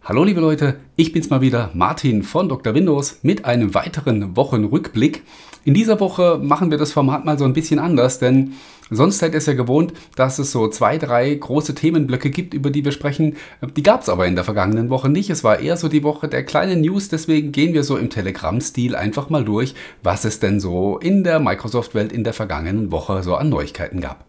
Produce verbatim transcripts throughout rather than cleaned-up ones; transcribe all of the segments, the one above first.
Hallo liebe Leute, ich bin's mal wieder, Martin von Doktor Windows mit einem weiteren Wochenrückblick. In dieser Woche machen wir das Format mal so ein bisschen anders, denn sonst seid ihr es ja gewohnt, dass es so zwei, drei große Themenblöcke gibt, über die wir sprechen. Die gab es aber in der vergangenen Woche nicht. Es war eher so die Woche der kleinen News, deswegen gehen wir so im Telegram-Stil einfach mal durch, was es denn so in der Microsoft-Welt in der vergangenen Woche so an Neuigkeiten gab.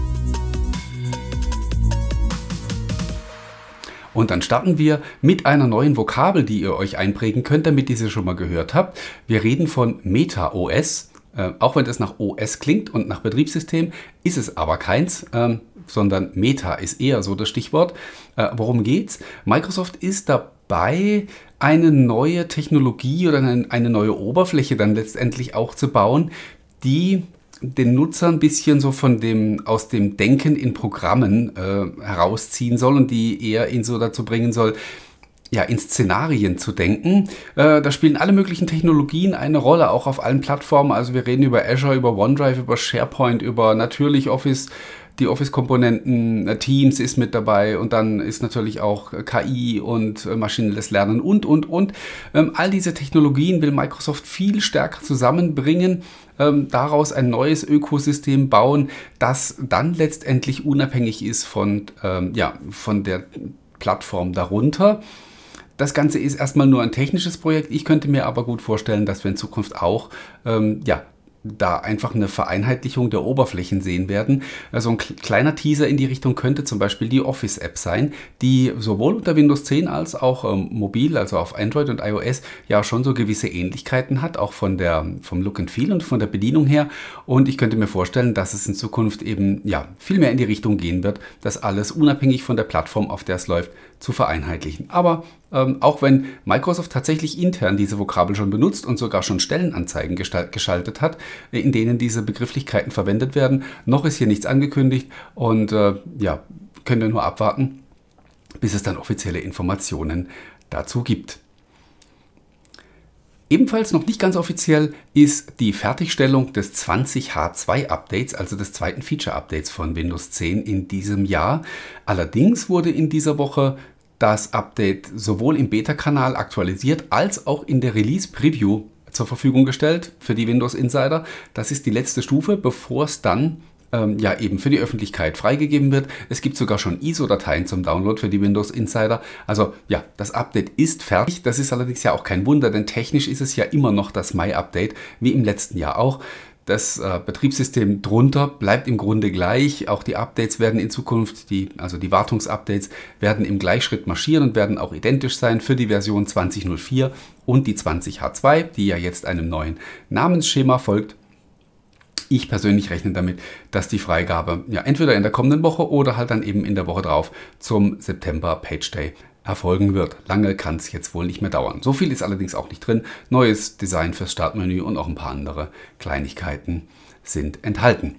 Und dann starten wir mit einer neuen Vokabel, die ihr euch einprägen könnt, damit ihr sie schon mal gehört habt. Wir reden von MetaOS. Äh, auch wenn das nach O S klingt und nach Betriebssystem, ist es aber keins, ähm, sondern Meta ist eher so das Stichwort. Äh, worum geht's? Microsoft ist dabei, eine neue Technologie oder eine, eine neue Oberfläche dann letztendlich auch zu bauen, die den Nutzer ein bisschen so von dem, aus dem Denken in Programmen äh, herausziehen soll und die eher ihn so dazu bringen soll, ja, in Szenarien zu denken. Äh, da spielen alle möglichen Technologien eine Rolle, auch auf allen Plattformen. Also wir reden über Azure, über OneDrive, über SharePoint, über natürlich Office, die Office-Komponenten, Teams ist mit dabei und dann ist natürlich auch K I und maschinelles Lernen und, und, und. Ähm, all diese Technologien will Microsoft viel stärker zusammenbringen, ähm, daraus ein neues Ökosystem bauen, das dann letztendlich unabhängig ist von, ähm, ja, von der Plattform darunter. Das Ganze ist erstmal nur ein technisches Projekt. Ich könnte mir aber gut vorstellen, dass wir in Zukunft auch, ähm, ja, da einfach eine Vereinheitlichung der Oberflächen sehen werden. Also ein kleiner Teaser in die Richtung könnte zum Beispiel die Office-App sein, die sowohl unter Windows zehn als auch ähm, mobil, also auf Android und iOS, ja schon so gewisse Ähnlichkeiten hat, auch von der, vom Look and Feel und von der Bedienung her. Und ich könnte mir vorstellen, dass es in Zukunft eben ja viel mehr in die Richtung gehen wird, das alles unabhängig von der Plattform, auf der es läuft, zu vereinheitlichen. Aber ähm, auch wenn Microsoft tatsächlich intern diese Vokabel schon benutzt und sogar schon Stellenanzeigen gestalt, geschaltet hat, in denen diese Begrifflichkeiten verwendet werden, noch ist hier nichts angekündigt und äh, ja, können wir nur abwarten, bis es dann offizielle Informationen dazu gibt. Ebenfalls noch nicht ganz offiziell ist die Fertigstellung des zwanzig H zwei Updates, also des zweiten Feature-Updates von Windows zehn in diesem Jahr. Allerdings wurde in dieser Woche das Update sowohl im Beta-Kanal aktualisiert als auch in der Release-Preview zur Verfügung gestellt für die Windows Insider. Das ist die letzte Stufe, bevor es dann ähm, ja eben für die Öffentlichkeit freigegeben wird. Es gibt sogar schon I S O-Dateien zum Download für die Windows Insider. Also ja, das Update ist fertig. Das ist allerdings ja auch kein Wunder, denn technisch ist es ja immer noch das Mai-Update, wie im letzten Jahr auch. Das äh, Betriebssystem drunter bleibt im Grunde gleich. Auch die Updates werden in Zukunft, die, also die Wartungsupdates, werden im Gleichschritt marschieren und werden auch identisch sein für die Version zwanzig null vier und die zwanzig H zwei, die ja jetzt einem neuen Namensschema folgt. Ich persönlich rechne damit, dass die Freigabe ja entweder in der kommenden Woche oder halt dann eben in der Woche drauf zum September Page Day erfolgen wird. Lange kann es jetzt wohl nicht mehr dauern. So viel ist allerdings auch nicht drin. Neues Design fürs Startmenü und auch ein paar andere Kleinigkeiten sind enthalten.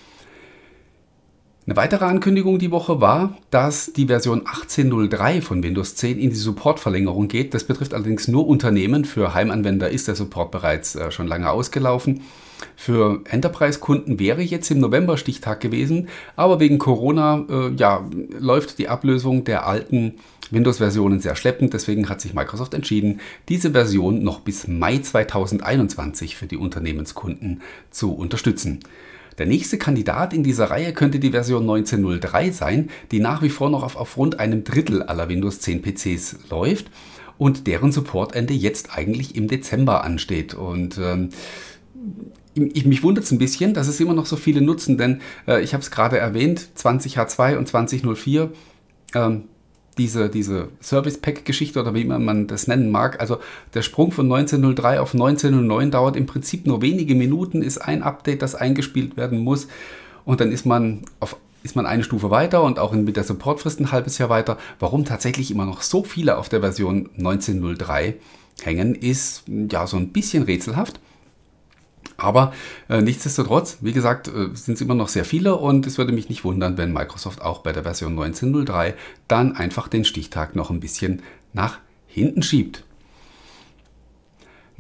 Eine weitere Ankündigung die Woche war, dass die Version achtzehn null drei von Windows zehn in die Supportverlängerung geht. Das betrifft allerdings nur Unternehmen. Für Heimanwender ist der Support bereits äh, schon lange ausgelaufen. Für Enterprise-Kunden wäre jetzt im November Stichtag gewesen, aber wegen Corona äh, ja, läuft die Ablösung der alten Windows-Versionen sehr schleppend. Deswegen hat sich Microsoft entschieden, diese Version noch bis Mai zweitausendeinundzwanzig für die Unternehmenskunden zu unterstützen. Der nächste Kandidat in dieser Reihe könnte die Version neunzehn null drei sein, die nach wie vor noch auf, auf rund einem Drittel aller Windows zehn P Cs läuft und deren Supportende jetzt eigentlich im Dezember ansteht. Und ähm, ich, mich wundert es ein bisschen, dass es immer noch so viele nutzen, denn äh, ich habe es gerade erwähnt, zwanzig H zwei und zwanzig null vier, ähm, diese, diese Service-Pack-Geschichte oder wie man das nennen mag, also der Sprung von neunzehn null drei auf neunzehn null neun dauert im Prinzip nur wenige Minuten, ist ein Update, das eingespielt werden muss und dann ist man auf ist man eine Stufe weiter und auch mit der Supportfrist ein halbes Jahr weiter. Warum tatsächlich immer noch so viele auf der Version neunzehn null drei hängen, ist ja so ein bisschen rätselhaft. Aber äh, nichtsdestotrotz, wie gesagt, äh, sind es immer noch sehr viele und es würde mich nicht wundern, wenn Microsoft auch bei der Version neunzehn null drei dann einfach den Stichtag noch ein bisschen nach hinten schiebt.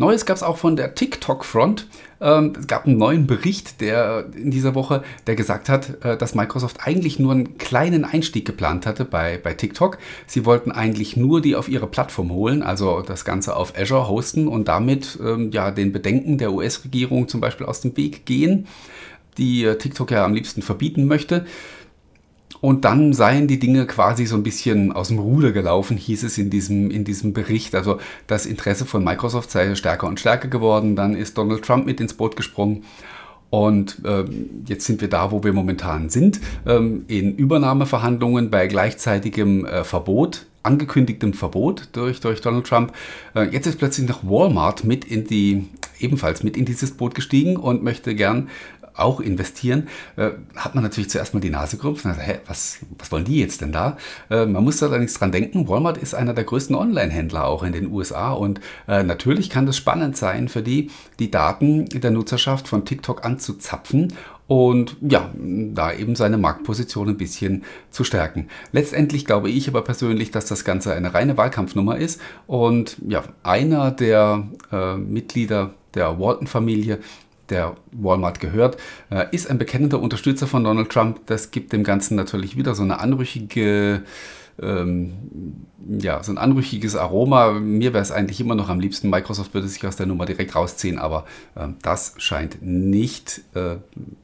Neues gab es auch von der TikTok-Front. Ähm, es gab einen neuen Bericht der in dieser Woche, der gesagt hat, äh, dass Microsoft eigentlich nur einen kleinen Einstieg geplant hatte bei, bei TikTok. Sie wollten eigentlich nur die auf ihre Plattform holen, also das Ganze auf Azure hosten und damit ähm, ja, den Bedenken der U S-Regierung zum Beispiel aus dem Weg gehen, die äh, TikTok ja am liebsten verbieten möchte. Und dann seien die Dinge quasi so ein bisschen aus dem Ruder gelaufen, hieß es in diesem, in diesem Bericht. Also das Interesse von Microsoft sei stärker und stärker geworden. Dann ist Donald Trump mit ins Boot gesprungen. Und ähm, jetzt sind wir da, wo wir momentan sind, ähm, in Übernahmeverhandlungen bei gleichzeitigem äh, Verbot, angekündigtem Verbot durch, durch Donald Trump. Äh, jetzt ist plötzlich noch Walmart mit in die, ebenfalls mit in dieses Boot gestiegen und möchte gern auch investieren, äh, hat man natürlich zuerst mal die Nase gerümpft und gesagt, hä, was, was wollen die jetzt denn da? Äh, man muss da allerdings dran denken, Walmart ist einer der größten Online-Händler auch in den U S A und äh, natürlich kann das spannend sein für die, die Daten der Nutzerschaft von TikTok anzuzapfen und ja, da eben seine Marktposition ein bisschen zu stärken. Letztendlich glaube ich aber persönlich, dass das Ganze eine reine Wahlkampfnummer ist und ja, einer der äh, Mitglieder der Walton-Familie, der Walmart gehört, ist ein bekennender Unterstützer von Donald Trump. Das gibt dem Ganzen natürlich wieder so eine anrüchige, ähm, ja, so ein anrüchiges Aroma. Mir wäre es eigentlich immer noch am liebsten, Microsoft würde sich aus der Nummer direkt rausziehen, aber äh, das scheint nicht äh,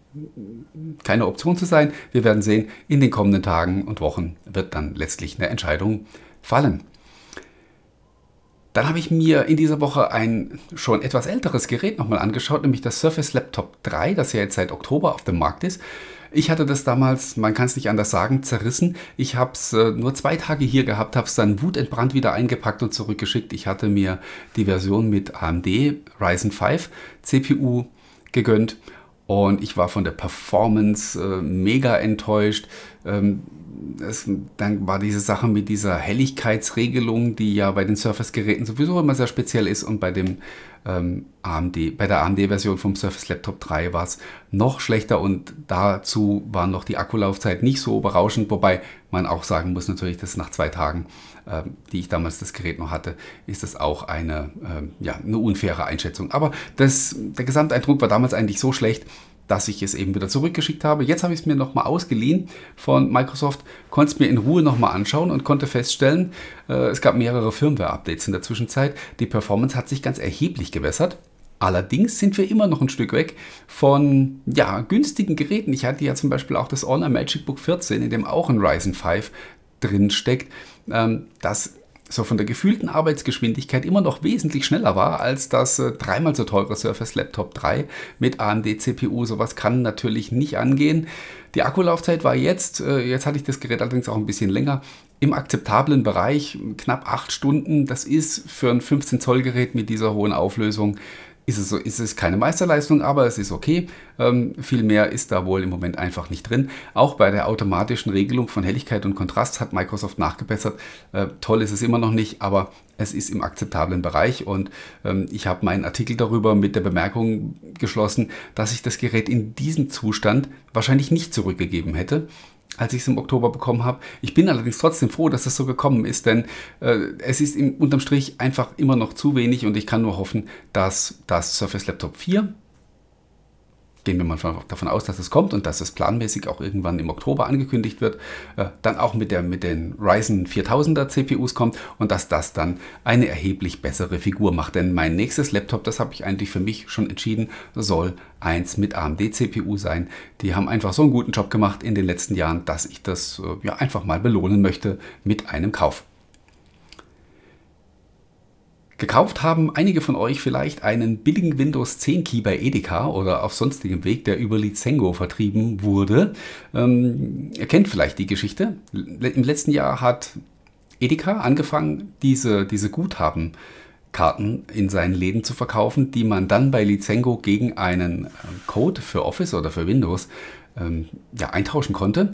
keine Option zu sein. Wir werden sehen, in den kommenden Tagen und Wochen wird dann letztlich eine Entscheidung fallen. Dann habe ich mir in dieser Woche ein schon etwas älteres Gerät nochmal angeschaut, nämlich das Surface Laptop drei, das ja jetzt seit Oktober auf dem Markt ist. Ich hatte das damals, man kann es nicht anders sagen, zerrissen. Ich habe es äh, nur zwei Tage hier gehabt, habe es dann wutentbrannt wieder eingepackt und zurückgeschickt. Ich hatte mir die Version mit A M D Ryzen fünf C P U gegönnt und ich war von der Performance äh, mega enttäuscht. Ähm, Es, dann war diese Sache mit dieser Helligkeitsregelung, die ja bei den Surface-Geräten sowieso immer sehr speziell ist und bei dem ähm, A M D, bei der A M D-Version vom Surface Laptop drei war es noch schlechter und dazu war noch die Akkulaufzeit nicht so berauschend, wobei man auch sagen muss natürlich, dass nach zwei Tagen, äh, die ich damals das Gerät noch hatte, ist das auch eine, äh, ja, eine unfaire Einschätzung. Aber das, der Gesamteindruck war damals eigentlich so schlecht, dass ich es eben wieder zurückgeschickt habe. Jetzt habe ich es mir nochmal ausgeliehen von Microsoft, konnte es mir in Ruhe nochmal anschauen und konnte feststellen, äh, es gab mehrere Firmware-Updates in der Zwischenzeit. Die Performance hat sich ganz erheblich gebessert. Allerdings sind wir immer noch ein Stück weg von ja, günstigen Geräten. Ich hatte ja zum Beispiel auch das Honor MagicBook vierzehn, in dem auch ein Ryzen fünf drin steckt. Ähm, das so von der gefühlten Arbeitsgeschwindigkeit immer noch wesentlich schneller war als das äh, dreimal so teure Surface Laptop drei mit A M D C P U. Sowas kann natürlich nicht angehen. Die Akkulaufzeit war jetzt, äh, jetzt hatte ich das Gerät allerdings auch ein bisschen länger, im akzeptablen Bereich, knapp acht Stunden. Das ist für ein fünfzehn Zoll Gerät mit dieser hohen Auflösung, ist es, so, ist es keine Meisterleistung, aber es ist okay. Ähm, viel mehr ist da wohl im Moment einfach nicht drin. Auch bei der automatischen Regelung von Helligkeit und Kontrast hat Microsoft nachgebessert. Äh, toll ist es immer noch nicht, aber es ist im akzeptablen Bereich und ähm, ich habe meinen Artikel darüber mit der Bemerkung geschlossen, dass ich das Gerät in diesem Zustand wahrscheinlich nicht zurückgegeben hätte, als ich es im Oktober bekommen habe. Ich bin allerdings trotzdem froh, dass es so gekommen ist, denn äh, es ist im, unterm Strich einfach immer noch zu wenig und ich kann nur hoffen, dass das Surface Laptop vier, gehen wir mal davon aus, dass es kommt und dass es planmäßig auch irgendwann im Oktober angekündigt wird, äh, dann auch mit, der, mit den Ryzen viertausender C P Us kommt und dass das dann eine erheblich bessere Figur macht. Denn mein nächstes Laptop, das habe ich eigentlich für mich schon entschieden, soll eins mit A M D C P U sein. Die haben einfach so einen guten Job gemacht in den letzten Jahren, dass ich das äh, ja, einfach mal belohnen möchte mit einem Kauf. Gekauft haben einige von euch vielleicht einen billigen Windows zehn Key bei Edeka oder auf sonstigem Weg, der über Lizengo vertrieben wurde. Ähm, ihr kennt vielleicht die Geschichte. Im letzten Jahr hat Edeka angefangen, diese, diese Guthabenkarten in seinen Läden zu verkaufen, die man dann bei Lizengo gegen einen Code für Office oder für Windows ähm, ja, eintauschen konnte.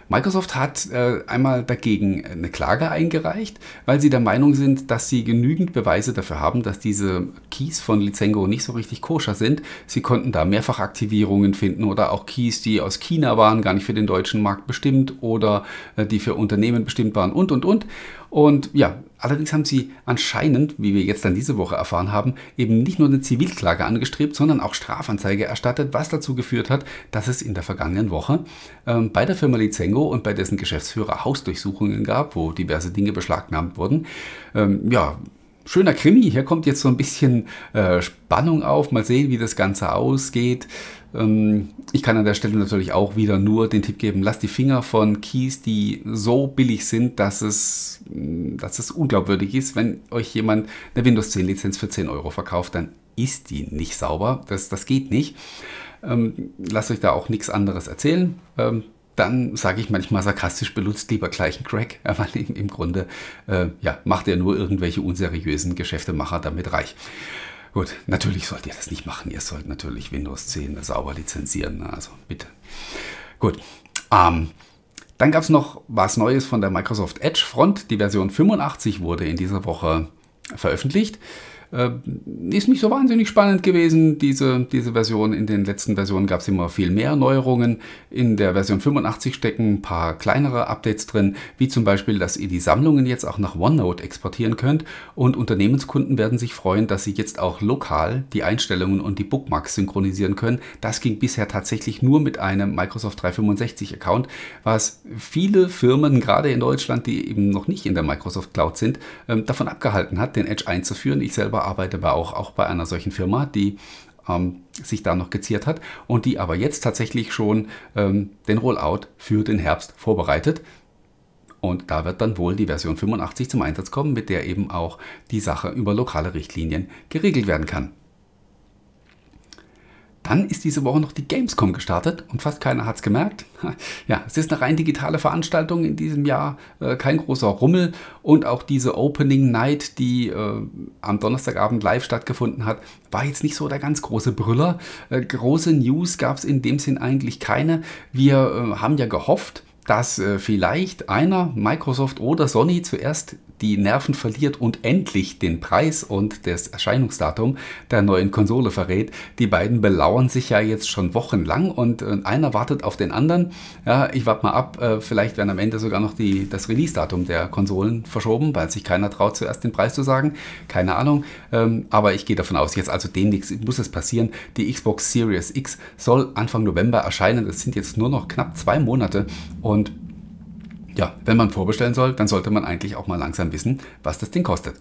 Microsoft hat äh, einmal dagegen eine Klage eingereicht, weil sie der Meinung sind, dass sie genügend Beweise dafür haben, dass diese Keys von Lizengo nicht so richtig koscher sind. Sie konnten da Mehrfachaktivierungen finden oder auch Keys, die aus China waren, gar nicht für den deutschen Markt bestimmt oder äh, die für Unternehmen bestimmt waren und, und, und. Und ja, allerdings haben sie anscheinend, wie wir jetzt dann diese Woche erfahren haben, eben nicht nur eine Zivilklage angestrebt, sondern auch Strafanzeige erstattet, was dazu geführt hat, dass es in der vergangenen Woche ähm, bei der Firma Lizengo und bei dessen Geschäftsführer Hausdurchsuchungen gab, wo diverse Dinge beschlagnahmt wurden. Ähm, ja, schöner Krimi. Hier kommt jetzt so ein bisschen äh, Spannung auf. Mal sehen, wie das Ganze ausgeht. Ähm, ich kann an der Stelle natürlich auch wieder nur den Tipp geben, lasst die Finger von Keys, die so billig sind, dass es, dass es unglaubwürdig ist. Wenn euch jemand eine Windows zehn Lizenz für zehn Euro verkauft, dann ist die nicht sauber. Das, das geht nicht. Ähm, lasst euch da auch nichts anderes erzählen. Ähm, Dann sage ich manchmal sarkastisch, benutzt lieber gleich einen Crack, weil im, im Grunde äh, ja, macht er nur irgendwelche unseriösen Geschäftemacher damit reich. Gut, natürlich sollt ihr das nicht machen. Ihr sollt natürlich Windows zehn sauber lizenzieren. Also bitte. Gut. Ähm, dann gab es noch was Neues von der Microsoft Edge Front. Die Version fünfundachtzig wurde in dieser Woche veröffentlicht. Äh, ist nicht so wahnsinnig spannend gewesen, diese, diese Version. In den letzten Versionen gab es immer viel mehr Neuerungen. In der Version fünfundachtzig stecken ein paar kleinere Updates drin, wie zum Beispiel, dass ihr die Sammlungen jetzt auch nach OneNote exportieren könnt. Und Unternehmenskunden werden sich freuen, dass sie jetzt auch lokal die Einstellungen und die Bookmarks synchronisieren können. Das ging bisher tatsächlich nur mit einem Microsoft dreihundertfünfundsechzig Account, was viele Firmen, gerade in Deutschland, die eben noch nicht in der Microsoft Cloud sind, davon abgehalten hat, den Edge einzuführen. Ich selber arbeite aber auch, auch bei einer solchen Firma, die ähm, sich da noch geziert hat und die aber jetzt tatsächlich schon ähm, den Rollout für den Herbst vorbereitet. Und da wird dann wohl die Version fünfundachtzig zum Einsatz kommen, mit der eben auch die Sache über lokale Richtlinien geregelt werden kann. Dann ist diese Woche noch die Gamescom gestartet und fast keiner hat es gemerkt. Ja, es ist eine rein digitale Veranstaltung in diesem Jahr, äh, kein großer Rummel. Und auch diese Opening Night, die äh, am Donnerstagabend live stattgefunden hat, war jetzt nicht so der ganz große Brüller. Äh, große News gab es in dem Sinn eigentlich keine. Wir äh, haben ja gehofft, dass äh, vielleicht einer, Microsoft oder Sony, zuerst die Nerven verliert und endlich den Preis und das Erscheinungsdatum der neuen Konsole verrät. Die beiden belauern sich ja jetzt schon wochenlang und äh, einer wartet auf den anderen. Ja, ich warte mal ab, äh, vielleicht werden am Ende sogar noch die, das Release-Datum der Konsolen verschoben, weil sich keiner traut, zuerst den Preis zu sagen. Keine Ahnung, ähm, aber ich gehe davon aus, jetzt also demnächst muss es passieren. Die Xbox Series X soll Anfang November erscheinen. Das sind jetzt nur noch knapp zwei Monate und ja, wenn man vorbestellen soll, dann sollte man eigentlich auch mal langsam wissen, was das Ding kostet.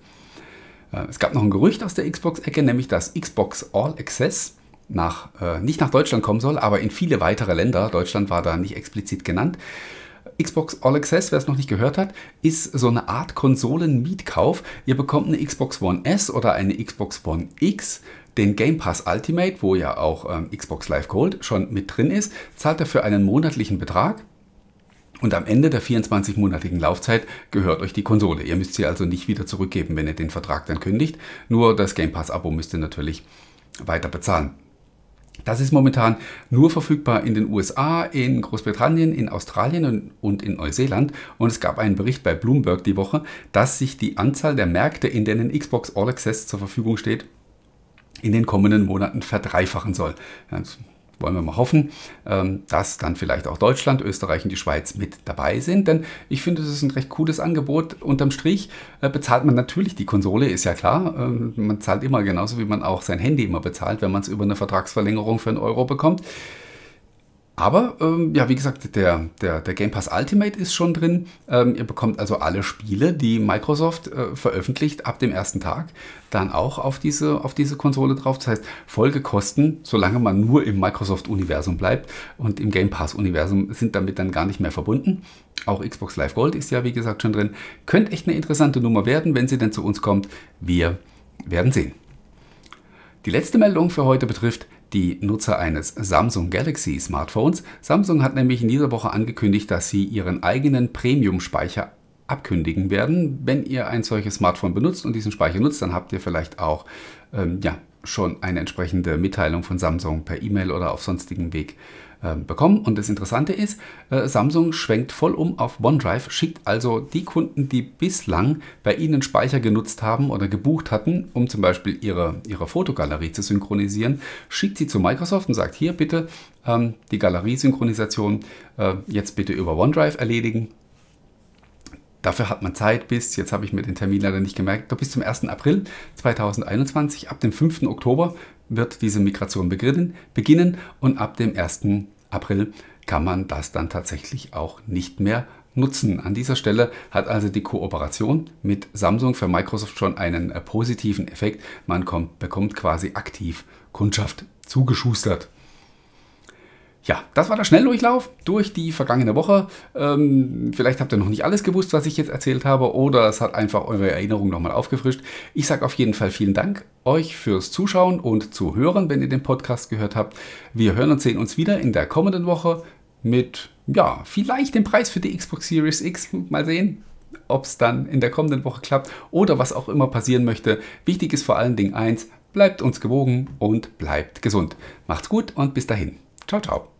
Es gab noch ein Gerücht aus der Xbox-Ecke, nämlich dass Xbox All Access nach, äh, nicht nach Deutschland kommen soll, aber in viele weitere Länder. Deutschland war da nicht explizit genannt. Xbox All Access, wer es noch nicht gehört hat, ist so eine Art Konsolen-Mietkauf. Ihr bekommt eine Xbox One S oder eine Xbox One X, den Game Pass Ultimate, wo ja auch ähm, Xbox Live Gold schon mit drin ist, zahlt dafür einen monatlichen Betrag. Und am Ende der vierundzwanzig-monatigen Laufzeit gehört euch die Konsole. Ihr müsst sie also nicht wieder zurückgeben, wenn ihr den Vertrag dann kündigt. Nur das Game Pass-Abo müsst ihr natürlich weiter bezahlen. Das ist momentan nur verfügbar in den U S A, in Großbritannien, in Australien und in Neuseeland. Und es gab einen Bericht bei Bloomberg die Woche, dass sich die Anzahl der Märkte, in denen Xbox All Access zur Verfügung steht, in den kommenden Monaten verdreifachen soll. Das wollen wir mal hoffen, dass dann vielleicht auch Deutschland, Österreich und die Schweiz mit dabei sind. Denn ich finde, das ist ein recht cooles Angebot. Unterm Strich bezahlt man natürlich die Konsole, ist ja klar. Man zahlt immer genauso, wie man auch sein Handy immer bezahlt, wenn man es über eine Vertragsverlängerung für einen Euro bekommt. Aber, ähm, ja, wie gesagt, der, der, der Game Pass Ultimate ist schon drin. Ähm, ihr bekommt also alle Spiele, die Microsoft äh, veröffentlicht, ab dem ersten Tag, dann auch auf diese, auf diese Konsole drauf. Das heißt, Folgekosten, solange man nur im Microsoft-Universum bleibt und im Game Pass-Universum, sind damit dann gar nicht mehr verbunden. Auch Xbox Live Gold ist ja, wie gesagt, schon drin. Könnte echt eine interessante Nummer werden, wenn sie denn zu uns kommt. Wir werden sehen. Die letzte Meldung für heute betrifft die Nutzer eines Samsung Galaxy Smartphones. Samsung hat nämlich in dieser Woche angekündigt, dass sie ihren eigenen Premium-Speicher abkündigen werden. Wenn ihr ein solches Smartphone benutzt und diesen Speicher nutzt, dann habt ihr vielleicht auch ähm, ja, schon eine entsprechende Mitteilung von Samsung per E-Mail oder auf sonstigem Weg äh, bekommen. Und das Interessante ist, äh, Samsung schwenkt voll um auf OneDrive, schickt also die Kunden, die bislang bei Ihnen Speicher genutzt haben oder gebucht hatten, um zum Beispiel ihre, ihre Fotogalerie zu synchronisieren, schickt sie zu Microsoft und sagt, hier bitte ähm, die Galeriesynchronisation äh, jetzt bitte über OneDrive erledigen. Dafür hat man Zeit bis, jetzt habe ich mir den Termin leider nicht gemerkt, bis zum ersten April zweitausendeinundzwanzig. Ab dem fünften Oktober wird diese Migration beginnen, beginnen und ab dem ersten April kann man das dann tatsächlich auch nicht mehr nutzen. An dieser Stelle hat also die Kooperation mit Samsung für Microsoft schon einen äh, positiven Effekt. Man kommt, bekommt quasi aktiv Kundschaft zugeschustert. Ja, das war der Schnelldurchlauf durch die vergangene Woche. Ähm, vielleicht habt ihr noch nicht alles gewusst, was ich jetzt erzählt habe, oder es hat einfach eure Erinnerung nochmal aufgefrischt. Ich sage auf jeden Fall vielen Dank euch fürs Zuschauen und Zuhören, wenn ihr den Podcast gehört habt. Wir hören und sehen uns wieder in der kommenden Woche mit, ja, vielleicht dem Preis für die Xbox Series X. Mal sehen, ob es dann in der kommenden Woche klappt oder was auch immer passieren möchte. Wichtig ist vor allen Dingen eins, bleibt uns gewogen und bleibt gesund. Macht's gut und bis dahin. Ciao, ciao.